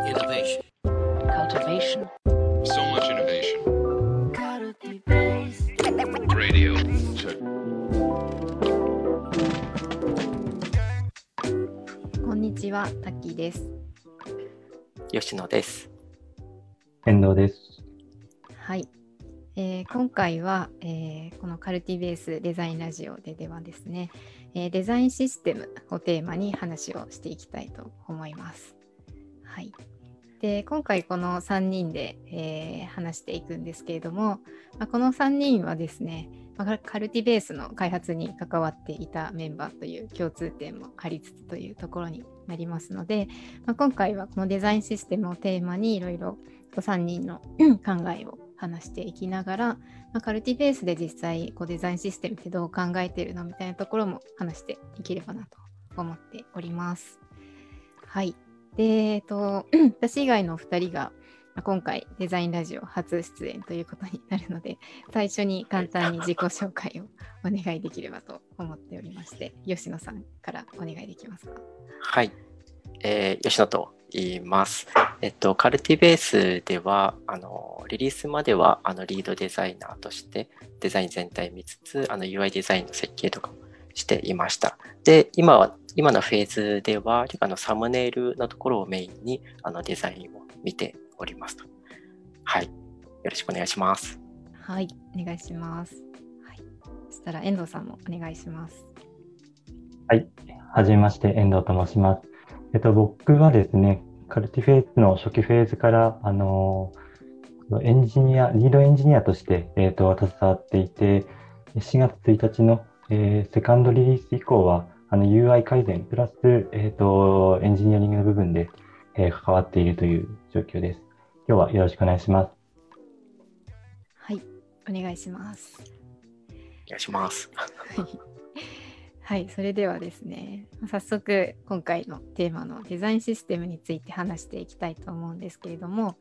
Innovation. Cultivation. So much innovation. Radio. Check. こんにちは、タッキーです。 吉野です。 遠藤です。 はい、今回は、このカルティベースデザインラジオではですね、デザインシステムをテーマに話をしていきたいと思います。はい。で、今回この3人で、話していくんですけれども、この3人はですね、カルティベースの開発に関わっていたメンバーという共通点もありつつというところになりますので、今回はこのデザインシステムをテーマにいろいろ3人の考えを話していきながら、カルティベースで実際デザインシステムってどう考えているのみたいなところも話していければなと思っております。はい。で、私以外の2人が今回デザインラジオ初出演ということになるので、最初に簡単に自己紹介をお願いできればと思っておりまして、吉野さんからお願いできますか。 はい、吉野と言います。カルティベースではリリースまではリードデザイナーとしてデザイン全体見つつUI デザインの設計とかもしていました。で、今のフェーズではサムネイルのところをメインにデザインを見ておりますと。はい、よろしくお願いします。 はい、お願いします。はい、そしたら遠藤さんもお願いします。 はい、はじめまして遠藤と申します。僕はですね、カルティフェーズの初期フェーズからリードエンジニアとして、携わっていて、4月1日の、セカンドリリース以降はUI 改善プラス、エンジニアリングの部分で、関わっているという状況です。今日はよろしくお願いします。 はい、お願いします。 お願いします。 はい、それではですね、早速今回のテーマのデザインシステムについて話していきたいと思うんですけれども、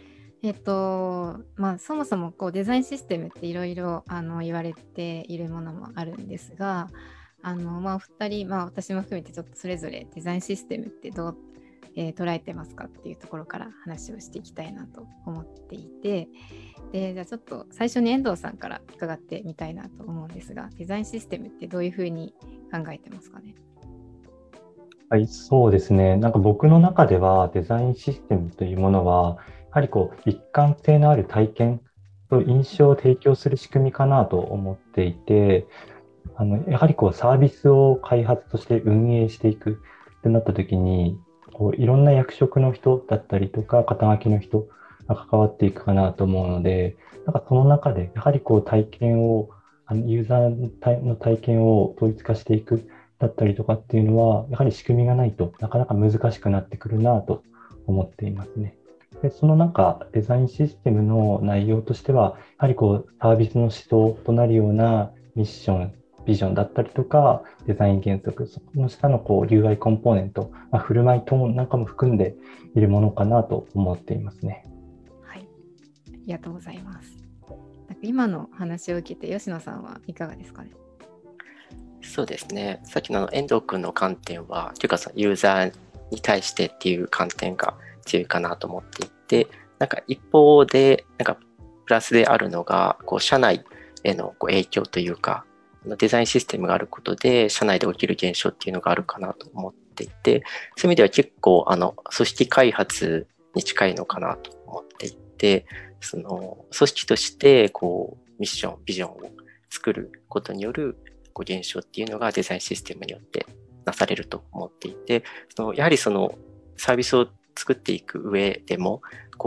そもそもデザインシステムっていろいろ言われているものもあるんですが、お二人、私も含めてちょっとそれぞれデザインシステムってどう、捉えてますかっていうところから話をしていきたいなと思っていて、で、じゃあちょっと最初に遠藤さんから伺ってみたいなと思うんですが、デザインシステムってどういうふうに考えてますかね。 はい、そうですね。僕の中ではデザインシステムというものは、やはり一貫性のある体験と印象を提供する仕組みかなと思っていて、やはりサービスを開発として運営していくとなった時に、いろんな役職の人だったりとか、肩書きの人が関わっていくかなと思うので、その中でやはり体験を、ユーザーの体験を統一化していくだったりとかっていうのは、やはり仕組みがないとなかなか難しくなってくるなと思っていますね。で、そのデザインシステムの内容としては、やはりサービスの思想となるようなミッション、ビジョンだったりとか、デザイン原則、その下のUI コンポーネント、振る舞いトーンなんかも含んでいるものかなと思っていますね。 はい、ありがとうございます。今の話を受けて吉野さんはいかがですかね。 そうですね。さっきの遠藤君の観点は、ユーザーに対してっていう観点が強いかなと思っていて、一方でプラスであるのが社内への影響というか、デザインシステムがあることで社内で起きる現象っていうのがあるかなと思っていて、そういう意味では結構組織開発に近いのかなと思っていて、その組織としてミッション、ビジョンを作ることによる現象っていうのがデザインシステムによってなされると思っていて、やはりそのサービスを作っていく上でも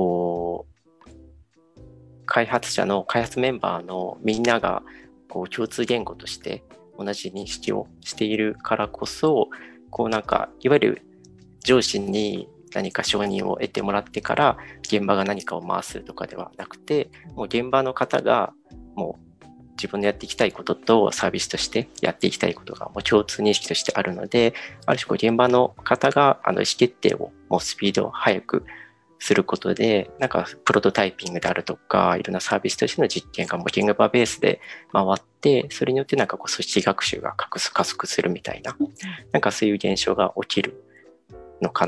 開発メンバーのみんなが共通言語として同じ認識をしているからこそ、いわゆる上司に何か承認を得てもらってから現場が何かを回すとかではなくて、もう現場の方がもう自分のやっていきたいこととサービスとしてやっていきたいことがもう共通認識としてあるので、ある種現場の方が意思決定をもうスピードを速くすることで、プロトタイピングであるとかいろんなサービスとしての実験がもう現場ベースで回って、それによって組織学習が加速するみたいな、そういう現象が起きるのかなと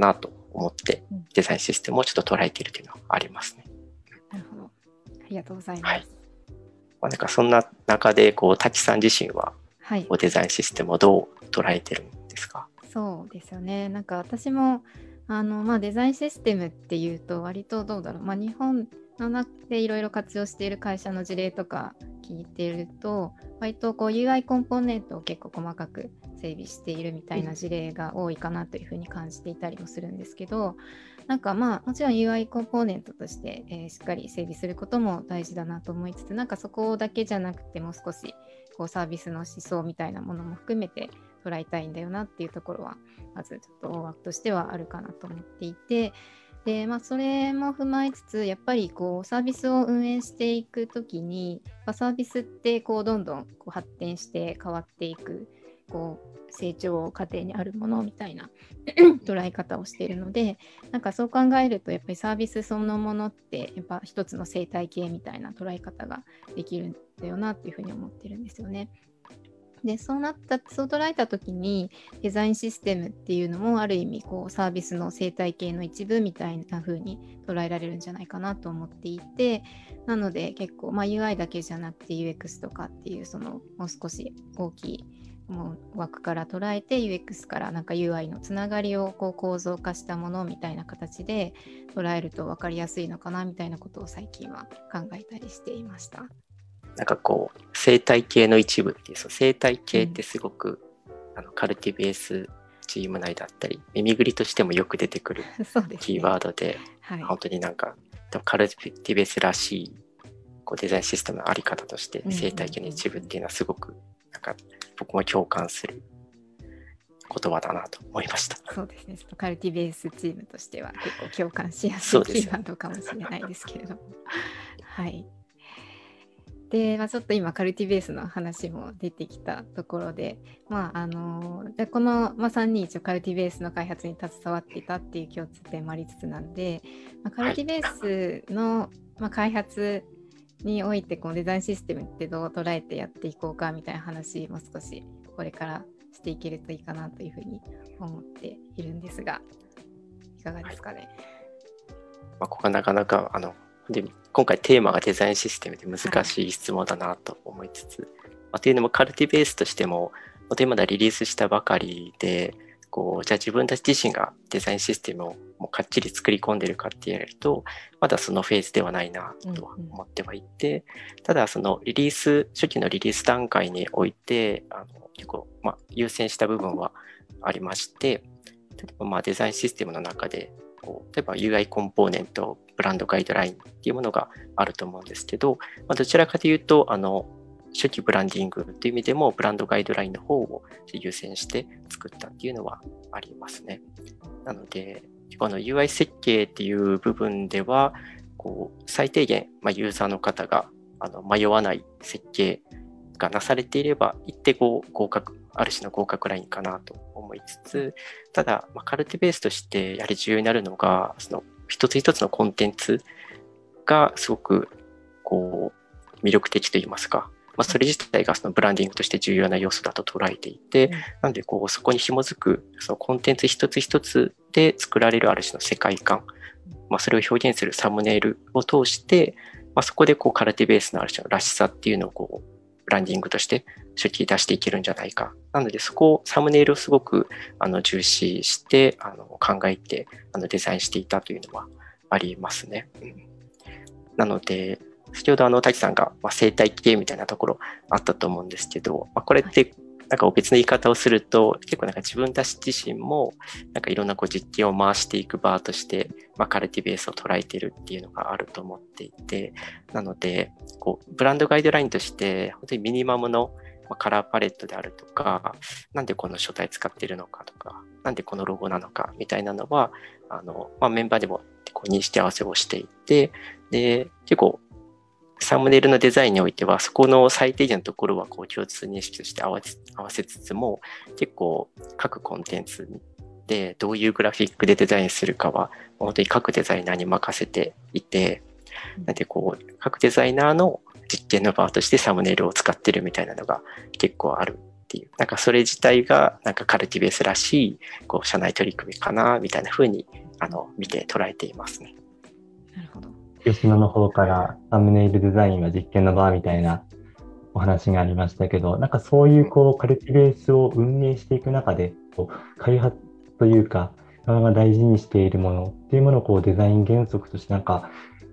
思ってデザインシステムをちょっと捉えているというのはありますね。 なるほど。ありがとうございます。 はい。なんかそんな中で滝さん自身はデザインシステムをどう捉えてるんですか？ そうですよね。なんか私もデザインシステムっていうと割とどうだろう、日本の中でいろいろ活用している会社の事例とか聞いていると割とUI コンポーネントを結構細かく整備しているみたいな事例が多いかなというふうに感じていたりもするんですけど、なんかもちろん UI コンポーネントとして、しっかり整備することも大事だなと思いつつ、なんかそこだけじゃなくてもう少しサービスの思想みたいなものも含めて捉えたいんだよなっていうところはまずちょっと大枠としてはあるかなと思っていて、でそれも踏まえつつやっぱりサービスを運営していくときにサービスってどんどん発展して変わっていく成長過程にあるものみたいな捉え方をしているので、なんかそう考えるとやっぱりサービスそのものってやっぱ一つの生態系みたいな捉え方ができるんだよなっていうふうに思ってるんですよね。でそう捉えた時にデザインシステムっていうのもある意味サービスの生態系の一部みたいな風に捉えられるんじゃないかなと思っていて、なので結構UI だけじゃなくて UX とかっていうもう少し大きい枠から捉えて UX からなんか UI のつながりを構造化したものみたいな形で捉えると分かりやすいのかなみたいなことを最近は考えたりしていました。 なんか生態系の一部っていう生態系ってすごく、カルティベースチーム内だったり耳ぐりとしてもよく出てくるキーワードで、本当になんかカルティベースらしいデザインシステムのあり方として生態系の一部っていうのはすごくなんか僕も共感する言葉だなと思いました。 そうですね。カルティベースチームとしては結構共感しやすいキーワードかもしれないですけれどもはい。で、ちょっと今カルティベースの話も出てきたところで、この、3人一応カルティベースの開発に携わっていたっていう共通点もありつつなんで、カルティベースの、開発においてデザインシステムってどう捉えてやっていこうかみたいな話も少しこれからしていけるといいかなというふうに思っているんですが、いかがですかね。 ここはなかなかで今回テーマがデザインシステムで難しい質問だなと思いつつ、というのもカルティベースとしてもまだリリースしたばかりでじゃあ自分たち自身がデザインシステムをもうかっちり作り込んでるかって言われるとまだそのフェーズではないなとは思ってはいて、ただ初期のリリース段階において結構優先した部分はありまして、例えばデザインシステムの中で例えば UI コンポーネント、ブランドガイドラインっていうものがあると思うんですけど、どちらかというと初期ブランディングという意味でもブランドガイドラインの方を優先して作ったっていうのはありますね。なのでUI 設計っていう部分では最低限、ユーザーの方が迷わない設計がなされていれば一定ある種の合格ラインかなと思いつつ、ただ、カルティベースとしてやはり重要になるのが一つ一つのコンテンツがすごく魅力的といいますか、それ自体がブランディングとして重要な要素だと捉えていて、なのでそこに紐づくコンテンツ一つ一つで作られるある種の世界観、それを表現するサムネイルを通して、そこでカルティベースのある種のらしさっていうのをブランディングとして初期出していけるんじゃないか。なのでそこをサムネイルをすごく重視して考えてデザインしていたというのはありますね。なので先ほど滝さんが生態系みたいなところあったと思うんですけど、これってなんか別の言い方をすると結構なんか自分たち自身もなんかいろんな実験を回していく場としてカルティベースを捉えているっていうのがあると思っていて、なのでブランドガイドラインとして本当にミニマムのカラーパレットであるとか、なんでこの書体使っているのかとか、なんでこのロゴなのかみたいなのはメンバーでも認識合わせをしていて、で結構サムネイルのデザインにおいてはそこの最低限のところは共通認識として合わせつつも、結構各コンテンツでどういうグラフィックでデザインするかは本当に各デザイナーに任せていて、なんで各デザイナーの実験の場としてサムネイルを使ってるみたいなのが結構あるっていう、なんかそれ自体がなんかカルティベースらしいこう社内取り組みかなみたいな風に見て捉えていますね。 なるほど。 吉野の方からサムネイルデザインは実験の場みたいなお話がありましたけど、なんかそういうこうカルティベースを運営していく中で、こう開発というか、側が大事にしているものっていうものをこうデザイン原則としてなんか、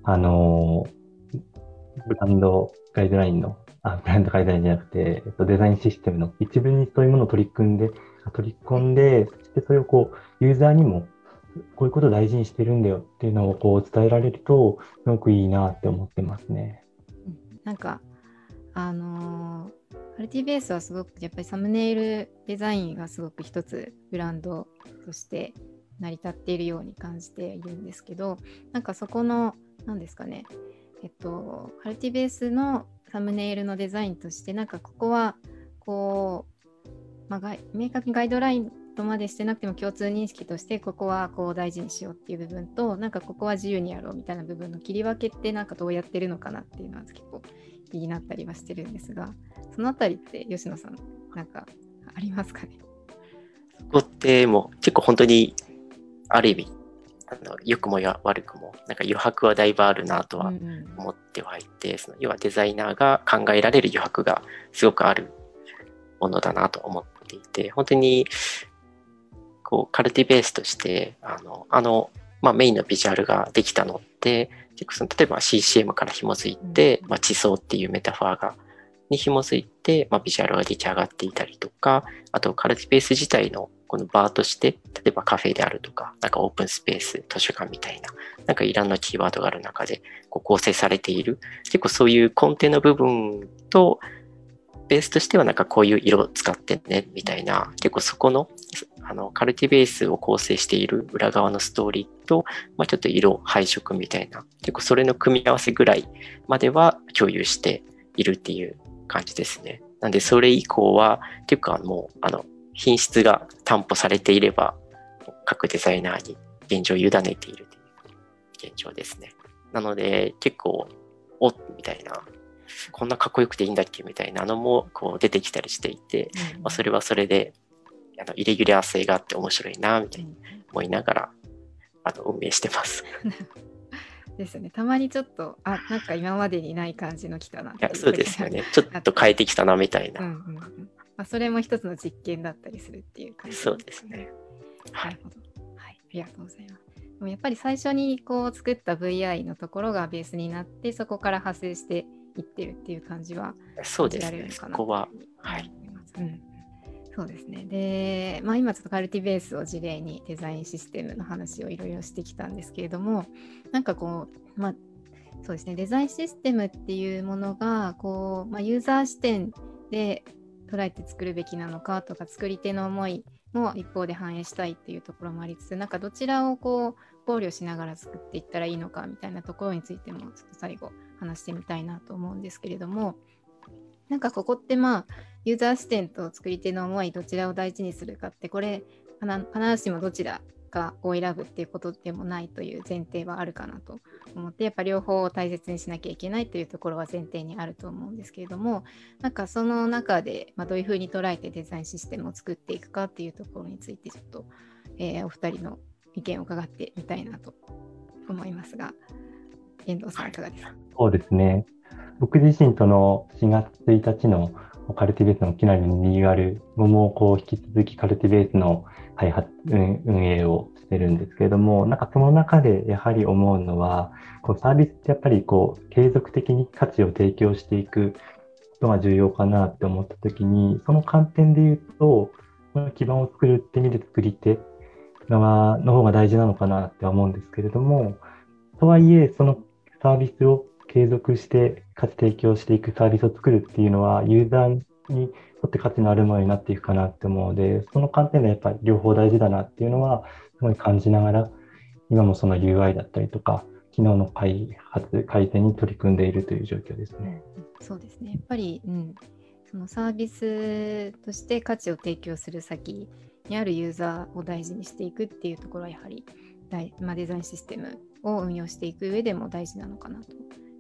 ブランドガイドラインの、ブランドガイドラインじゃなくて、デザインシステムの一部にそういうものを取り込んで、そしてそれをこう、ユーザーにも、こういうことを大事にしてるんだよっていうのをこう伝えられると、すごくいいなって思ってますね。 なんか、カルティベースはすごくやっぱりサムネイルデザインがすごく一つブランドとして成り立っているように感じているんですけど、なんかそこの何ですかね、カルティベースのサムネイルのデザインとしてなんかここはこう、明確にガイドラインとまでしてなくても共通認識としてここはこう大事にしようっていう部分と、なんかここは自由にやろうみたいな部分の切り分けってなんかどうやってるのかなっていうのは結構気になったりはしてるんですが、そのあたりって吉野さんなんかありますかね。 そこってもう結構本当にある意味良くも悪くもなんか余白はだいぶあるなとは思ってはいて、その要はデザイナーが考えられる余白がすごくあるものだなと思っていて、本当にこうカルティベースとしてメインのビジュアルができたのって結構例えば CCM から紐づいて、地層っていうメタファーに紐づいて、ビジュアルが出来上がっていたりとか、あとカルティベース自体のこのバーとして、例えばカフェであるとか、なんかオープンスペース、図書館みたいな、なんかいろんなキーワードがある中でこう構成されている、結構そういう根底の部分と、ベースとしてはなんかこういう色を使ってね、みたいな、結構そこの、カルティベースを構成している裏側のストーリーと、ちょっと色配色みたいな、結構それの組み合わせぐらいまでは共有しているっていう感じですね。なんでそれ以降は結構もう品質が担保されていれば各デザイナーに現状を委ねているという現状ですね。なので結構みたいな、こんなかっこよくていいんだっけみたいなのもこう出てきたりしていて、それはそれでイレギュラー性があって面白いなみたいに思いながら運営してます。 ですよね。たまにちょっとなんか今までにない感じの来たなっていう。 そうですよね。ちょっと変えてきたなみたいな。 それも一つの実験だったりするっていう感じ、 そうですね。 なるほど。はい、ありがとうございます。でもやっぱり最初にこう作った VI のところがベースになって、そこから派生していってるっていう感じはそうですね。そこははい。 そうですね。で、今ちょっとカルティベースを事例にデザインシステムの話をいろいろしてきたんですけれども、なんかこう、そうですね、デザインシステムっていうものがこう、ユーザー視点で捉えて作るべきなのかとか、作り手の思いも一方で反映したいっていうところもありつつ、なんかどちらをこう考慮しながら作っていったらいいのかみたいなところについてもちょっと最後話してみたいなと思うんですけれども、なんかここってユーザー視点と作り手の思いどちらを大事にするかって、これ必ずしもどちらかを選ぶっていうことでもないという前提はあるかなと思って、やっぱ両方を大切にしなきゃいけないというところは前提にあると思うんですけれども、なんかその中でどういうふうに捉えてデザインシステムを作っていくかっていうところについてちょっと、お二人の意見を伺ってみたいなと思いますが、遠藤さんいかがですか？ そうですね。僕自身との4月1日のカルティベースの機内のリニューアル後も引き続きカルティベースの開発、運営をしてるんですけれども、なんかその中でやはり思うのは、サービスってやっぱり継続的に価値を提供していくことが重要かなって思ったときに、その観点で言うと、基盤を作るって意味で作り手側の方が大事なのかなって思うんですけれども、とはいえ、そのサービスを継続して価値提供していくサービスを作るっていうのは、ユーザーにとって価値のあるものになっていくかなって思うので、その観点でやっぱり両方大事だなっていうのは、すごい感じながら、今もその UI だったりとか、機能の改善に取り組んでいるという状況ですね。 そうですね。やっぱり、そのサービスとして価値を提供する先にあるユーザーを大事にしていくっていうところはやはりデザインシステムを運用していく上でも大事なのかなと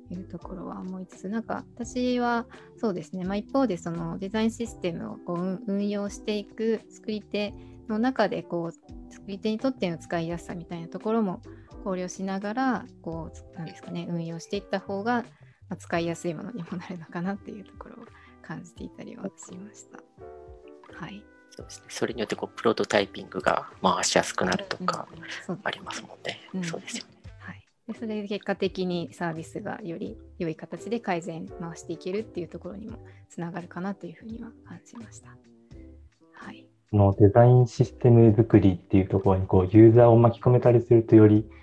いうところは思いつつ、なんか私はそうですね、一方でそのデザインシステムをこう運用していく作り手の中でこう作り手にとっての使いやすさみたいなところも考慮しながらこうなんですかね、運用していった方が使いやすいものにもなるのかなっていうところを感じていたりはしました。はい。 そうですね。それによってこうプロトタイピングが回しやすくなるとかありますもんね。そうですよね。 はい。でそれで結果的にサービスがより良い形で改善回していけるっていうところにもつながるかなというふうには感じました。はい。 このデザインシステム作りっていうところにこうユーザーを巻き込めたりするとより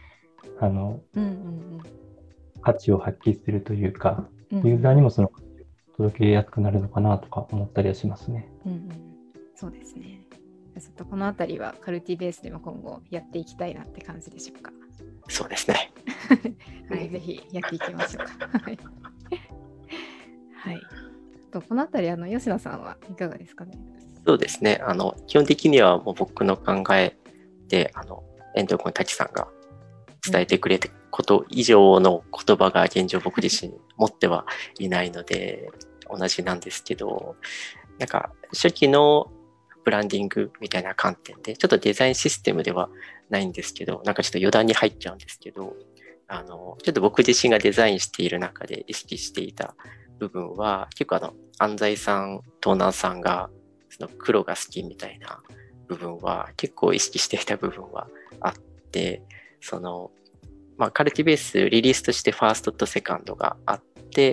価値を発揮するというか、ユーザーにもその届けやすくなるのかなとか思ったりはしますね。 そうですね。ちょっとこのあたりはカルティベースでも今後やっていきたいなって感じでしょうか。 そうですね。 はい、ぜひやっていきましょうか。はい。はい。このあたり吉野さんはいかがですかね。 そうですね。基本的にはもう僕の考えで遠藤君たちさんが伝えてくれたこと以上の言葉が現状僕自身持ってはいないので同じなんですけど、なんか初期のブランディングみたいな観点でちょっとデザインシステムではないんですけど、なんかちょっと余談に入っちゃうんですけど、ちょっと僕自身がデザインしている中で意識していた部分は結構安西さん、東南さんがその黒が好きみたいな部分は結構意識していた部分はあって、カルティベースリリースとしてファーストとセカンドがあって、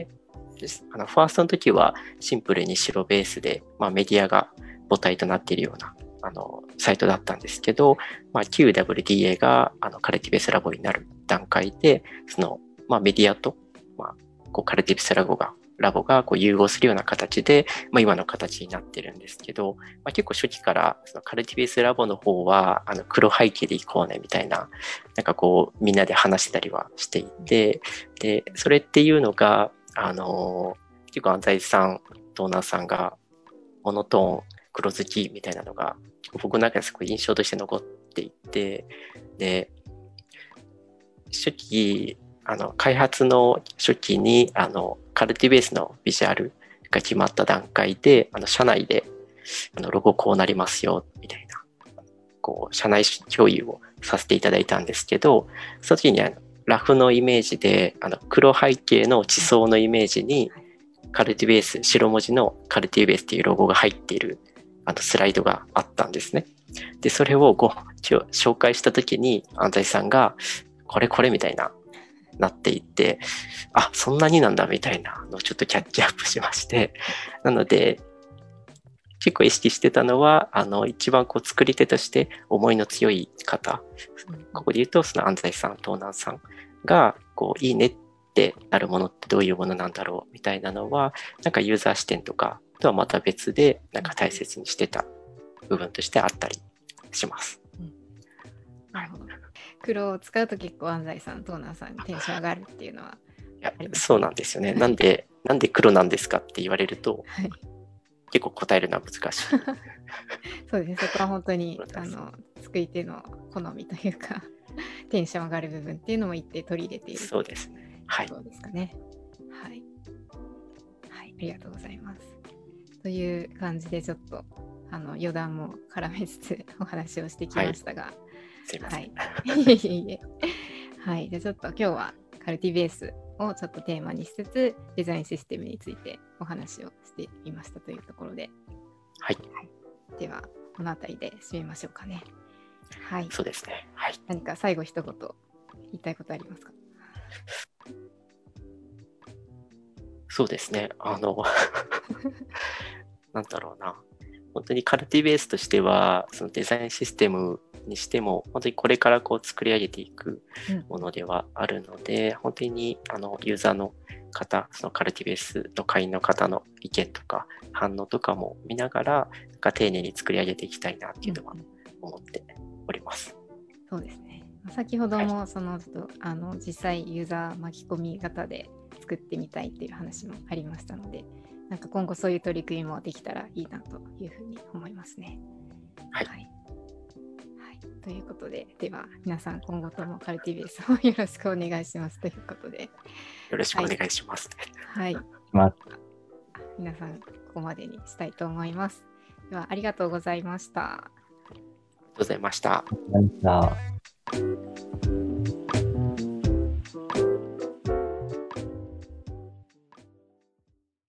ファーストの時はシンプルに白ベースで、メディアが母体となっているようなサイトだったんですけど、QWDA がカルティベースラボになる段階で、メディアと、カルティベースラボが融合するような形で、今の形になってるんですけど、結構初期からそのカルティベースラボの方は黒背景でいこうねみたいな、みんなで話してたりはしていて、でそれっていうのが結構安西さん、東南さんがモノトーン黒好きみたいなのが僕の中ですごい印象として残っていて、で初期開発の初期にカルティベースのビジュアルが決まった段階で社内でロゴこうなりますよみたいな社内共有をさせていただいたんですけど、その時にラフのイメージで黒背景の地層のイメージにカルティベース、白文字のカルティベースっていうロゴが入っているスライドがあったんですね。でそれを紹介した時に安西さんがこれみたいなっていって、あ、そんなになんだみたいなのをちょっとキャッチアップしまして、なので結構意識してたのは一番作り手として思いの強い方、ここで言うとその安西さん、東南さんがいいねってなるものってどういうものなんだろうみたいなのはユーザー視点とかとはまた別で大切にしてた部分としてあったりします。 なるほど。黒を使うと結構安西さん、東南さんにテンション上がるっていうのはありますね。 そうなんですよね。なんで黒なんですかって言われると、はい、結構答えるのは難しい。 そうですね。そこは本当に作り手の好みというかテンション上がる部分っていうのも一定取り入れている。 そうですね。はい。 そうですかね。はい。はい、ありがとうございます。という感じでちょっと余談も絡めつつお話をしてきましたが、はい、 すいません。 はい。じゃあちょっと今日はカルティベースをちょっとテーマにしつつデザインシステムについてお話をしてみましたというところで、 はい。 ではこのあたりで締めましょうかね。はい。 そうですね。はい。 何か最後一言言いたいことありますか？ そうですね。なんだろうな。本当にカルティベースとしては、そのデザインシステムにしても、本当にこれから作り上げていくものではあるので、本当にユーザーの方、そのカルティベースの会員の方の意見とか反応とかも見ながら、丁寧に作り上げていきたいなっていうのは思っております。 そうですね。先ほども実際ユーザー巻き込み型で作ってみたいっていう話もありましたので、今後そういう取り組みもできたらいいなというふうに思いますね。 はい。 はい。 ということで、では皆さん今後ともカルティベースをよろしくお願いしますということで、 よろしくお願いします。 はい、 ま皆さんここまでにしたいと思います。ではありがとうございました。 ありがとうございました。 ありがとうございました。